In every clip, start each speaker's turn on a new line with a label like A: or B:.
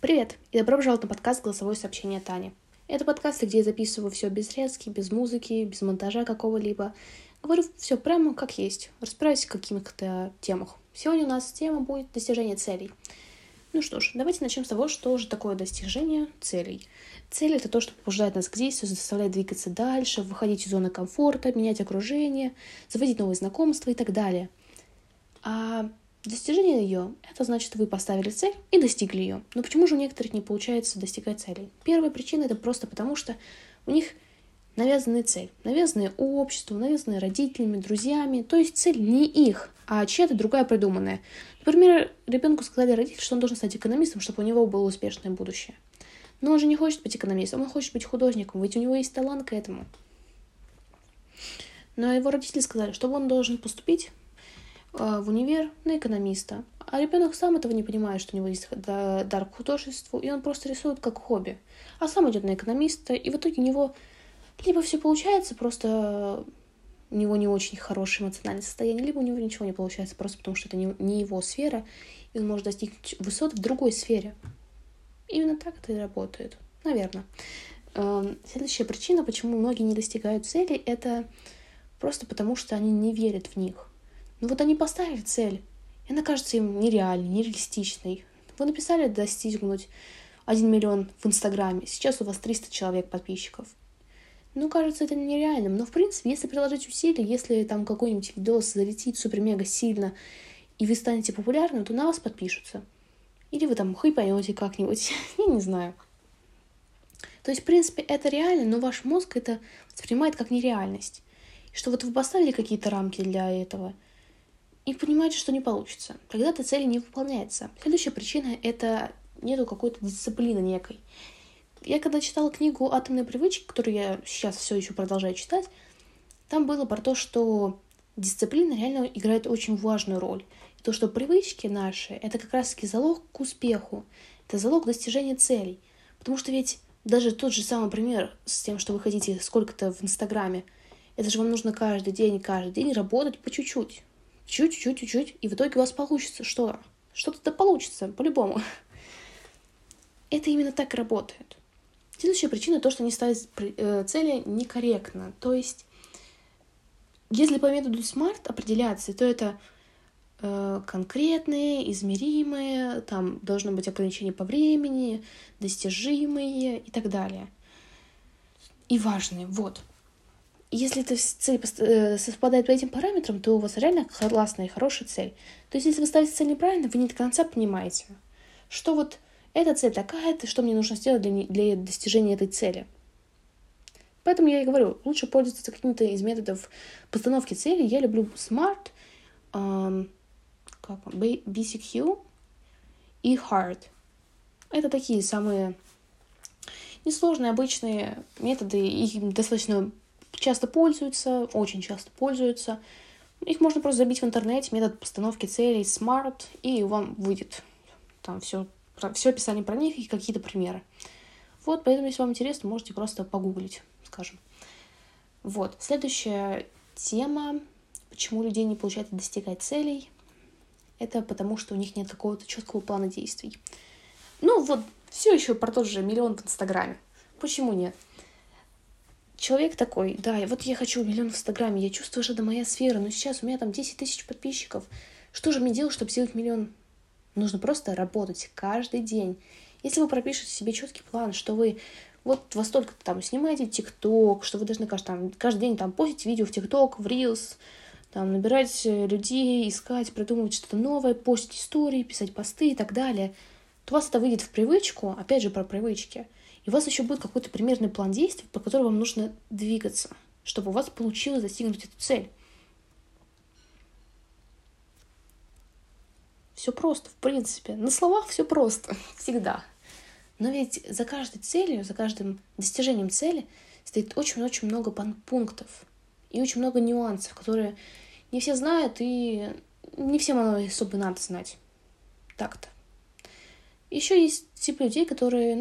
A: Привет и добро пожаловать на подкаст «Голосовое сообщение Тани». Это подкаст, где я записываю все без резки, без музыки, без монтажа какого-либо. Говорю все прямо как есть, разбираюсь в каких-то темах. Сегодня у нас тема будет достижение целей. Ну что ж, давайте начнем с того, что же такое достижение целей. Цель — это то, что побуждает нас к действию, заставляет двигаться дальше, выходить из зоны комфорта, менять окружение, заводить новые знакомства и так далее. А достижение ее — это значит, вы поставили цель и достигли ее. Но почему же у некоторых не получается достигать целей? Первая причина — это просто потому, что у них навязанная цель, навязанная обществом, навязанная родителями, друзьями. То есть цель не их, а чья-то другая придуманная. Например, ребенку сказали родители, что он должен стать экономистом, чтобы у него было успешное будущее. Но он же не хочет быть экономистом, он хочет быть художником, ведь у него есть талант к этому. Но его родители сказали, что он должен поступить в универ на экономиста. А ребенок сам этого не понимает, что у него есть дар к художеству, и он просто рисует как хобби. А сам идет на экономиста, и в итоге у него либо все получается, просто у него не очень хорошее эмоциональное состояние, либо у него ничего не получается, просто потому что это не его сфера, и он может достигнуть высот в другой сфере. Именно так это и работает. Наверное. Следующая причина, почему многие не достигают целей, это просто потому, что они не верят в них. Ну вот они поставили цель, и она кажется им нереальной, нереалистичной. Вы написали достигнуть 1 миллион в Инстаграме, сейчас у вас 300 человек подписчиков. Ну, кажется это нереальным, но в принципе, если приложить усилия, если там какой-нибудь видос залетит супер-мега сильно, и вы станете популярным, то на вас подпишутся. Или вы там хайпанете как-нибудь, я не знаю. То есть, в принципе, это реально, но ваш мозг это воспринимает как нереальность. И что вот вы поставили какие-то рамки для этого, и понимаете, что не получится. Когда-то цель не выполняется. Следующая причина — это нету какой-то дисциплины некой. Я когда читала книгу «Атомные привычки», которую я сейчас все еще продолжаю читать, там было про то, что дисциплина реально играет очень важную роль. И то, что привычки наши — это как раз-таки залог к успеху. Это залог достижения целей. Потому что ведь даже тот же самый пример с тем, что вы хотите сколько-то в Инстаграме, это же вам нужно каждый день работать по чуть-чуть. Чуть-чуть, и в итоге у вас получится что? Что-то получится, по-любому. Это именно так и работает. Следующая причина — то, что они ставят цели некорректно. То есть, если по методу SMART определяться, то это конкретные, измеримые, там должно быть ограничение по времени, достижимые и так далее. И важные, вот. Если эта цель совпадает по этим параметрам, то у вас реально классная и хорошая цель. То есть, если вы ставите цель неправильно, вы не до конца понимаете, что вот эта цель такая-то, что мне нужно сделать для достижения этой цели. Поэтому я и говорю, лучше пользоваться каким-то из методов постановки цели. Я люблю SMART, BCQ и HARD. Это такие самые несложные, обычные методы. Их достаточно часто пользуются, очень часто пользуются. Их можно просто забить в интернете, метод постановки целей SMART, и вам выйдет там все описание про них и какие-то примеры. Вот, поэтому, если вам интересно, можете просто погуглить, скажем. Вот, следующая тема, почему людей не получается достигать целей, это потому, что у них нет какого-то четкого плана действий. Ну, вот, все еще про тот же миллион в Инстаграме. Почему нет? Человек такой, да, вот я хочу миллион в Инстаграме, я чувствую, что это моя сфера, но сейчас у меня там 10 тысяч подписчиков. Что же мне делать, чтобы сделать миллион? Нужно просто работать каждый день. Если вы пропишете себе четкий план, что вы вот во столько-то там снимаете ТикТок, что вы должны каждый день там постить видео в ТикТок, в Reels, там набирать людей, искать, придумывать что-то новое, постить истории, писать посты и так далее, то у вас это выйдет в привычку, опять же про привычки, и у вас еще будет какой-то примерный план действий, по которому вам нужно двигаться, чтобы у вас получилось достигнуть эту цель. Все просто, в принципе. На словах все просто, всегда. Но ведь за каждой целью, за каждым достижением цели стоит очень-очень много пунктов и очень много нюансов, которые не все знают, и не всем оно особо надо знать. Так-то. Еще есть тип людей, которые,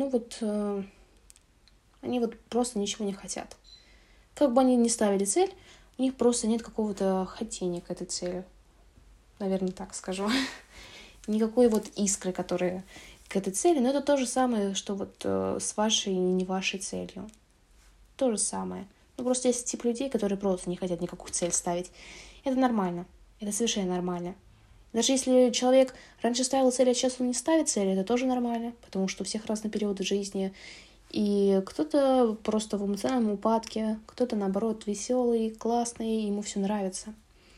A: они вот просто ничего не хотят. Как бы они ни ставили цель, у них просто нет какого-то хотения к этой цели. Наверное, так скажу. Никакой вот искры, которая к этой цели, но это то же самое, что вот с вашей и не вашей целью. То же самое. Ну, просто есть тип людей, которые просто не хотят никакую цель ставить. Это нормально. Это совершенно нормально. Даже если человек раньше ставил цели, а сейчас он не ставит цели, это тоже нормально, потому что у всех разные периоды жизни. И кто-то просто в эмоциональном упадке, кто-то, наоборот, веселый, классный, ему все нравится.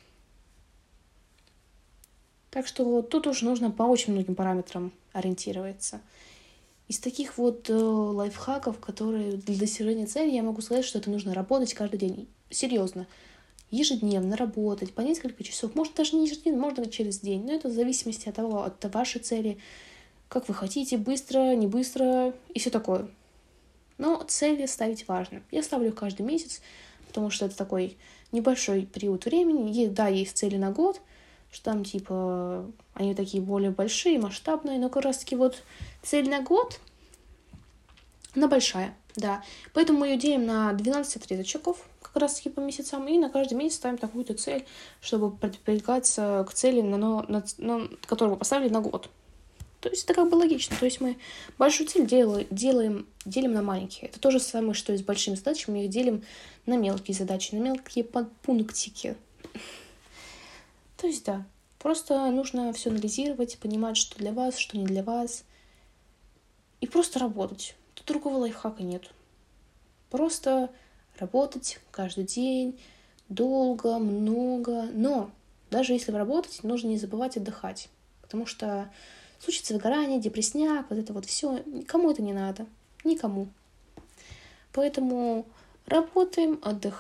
A: Так что вот тут уж нужно по очень многим параметрам ориентироваться. Из таких вот лайфхаков, которые для достижения цели, я могу сказать, что это нужно работать каждый день. Серьезно. Ежедневно работать по несколько часов. Может, даже не ежедневно, можно через день. Но это в зависимости от того, от вашей цели, как вы хотите, быстро, не быстро и все такое. Но цели ставить важно. Я ставлю каждый месяц, потому что это такой небольшой период времени. Да, есть цели на год, что там типа они такие более большие, масштабные, но как раз таки вот цель на год, она большая, да. Поэтому мы ее делим на 12 отрезочков, как раз таки по месяцам, и на каждый месяц ставим такую-то цель, чтобы продвигаться к цели, которую мы поставили на год. То есть это как бы логично. То есть мы большую цель делим на маленькие. Это то же самое, что и с большими задачами. Мы их делим на мелкие задачи, на мелкие подпунктики. То есть да, просто нужно все анализировать, понимать, что для вас, что не для вас. И просто работать. Тут другого лайфхака нет. Просто работать каждый день, долго, много. Но даже если вы работаете, нужно не забывать отдыхать. Потому что случится выгорание, депрессняк, вот это вот все. Никому это не надо. Никому. Поэтому работаем,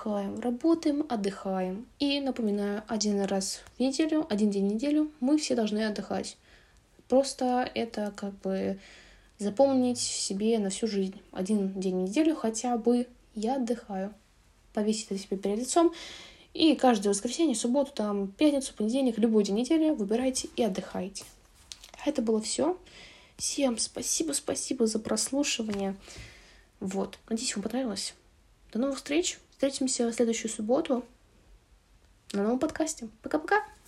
A: отдыхаем. И напоминаю, один день в неделю мы все должны отдыхать. Просто это как бы запомнить себе на всю жизнь. Один день в неделю хотя бы я отдыхаю. Повесить это себе перед лицом. И каждое воскресенье, субботу, пятницу, понедельник, любой день недели выбирайте и отдыхайте. Это было все. Всем спасибо за прослушивание. Вот. Надеюсь, вам понравилось. До новых встреч. Встретимся в следующую субботу на новом подкасте. Пока-пока.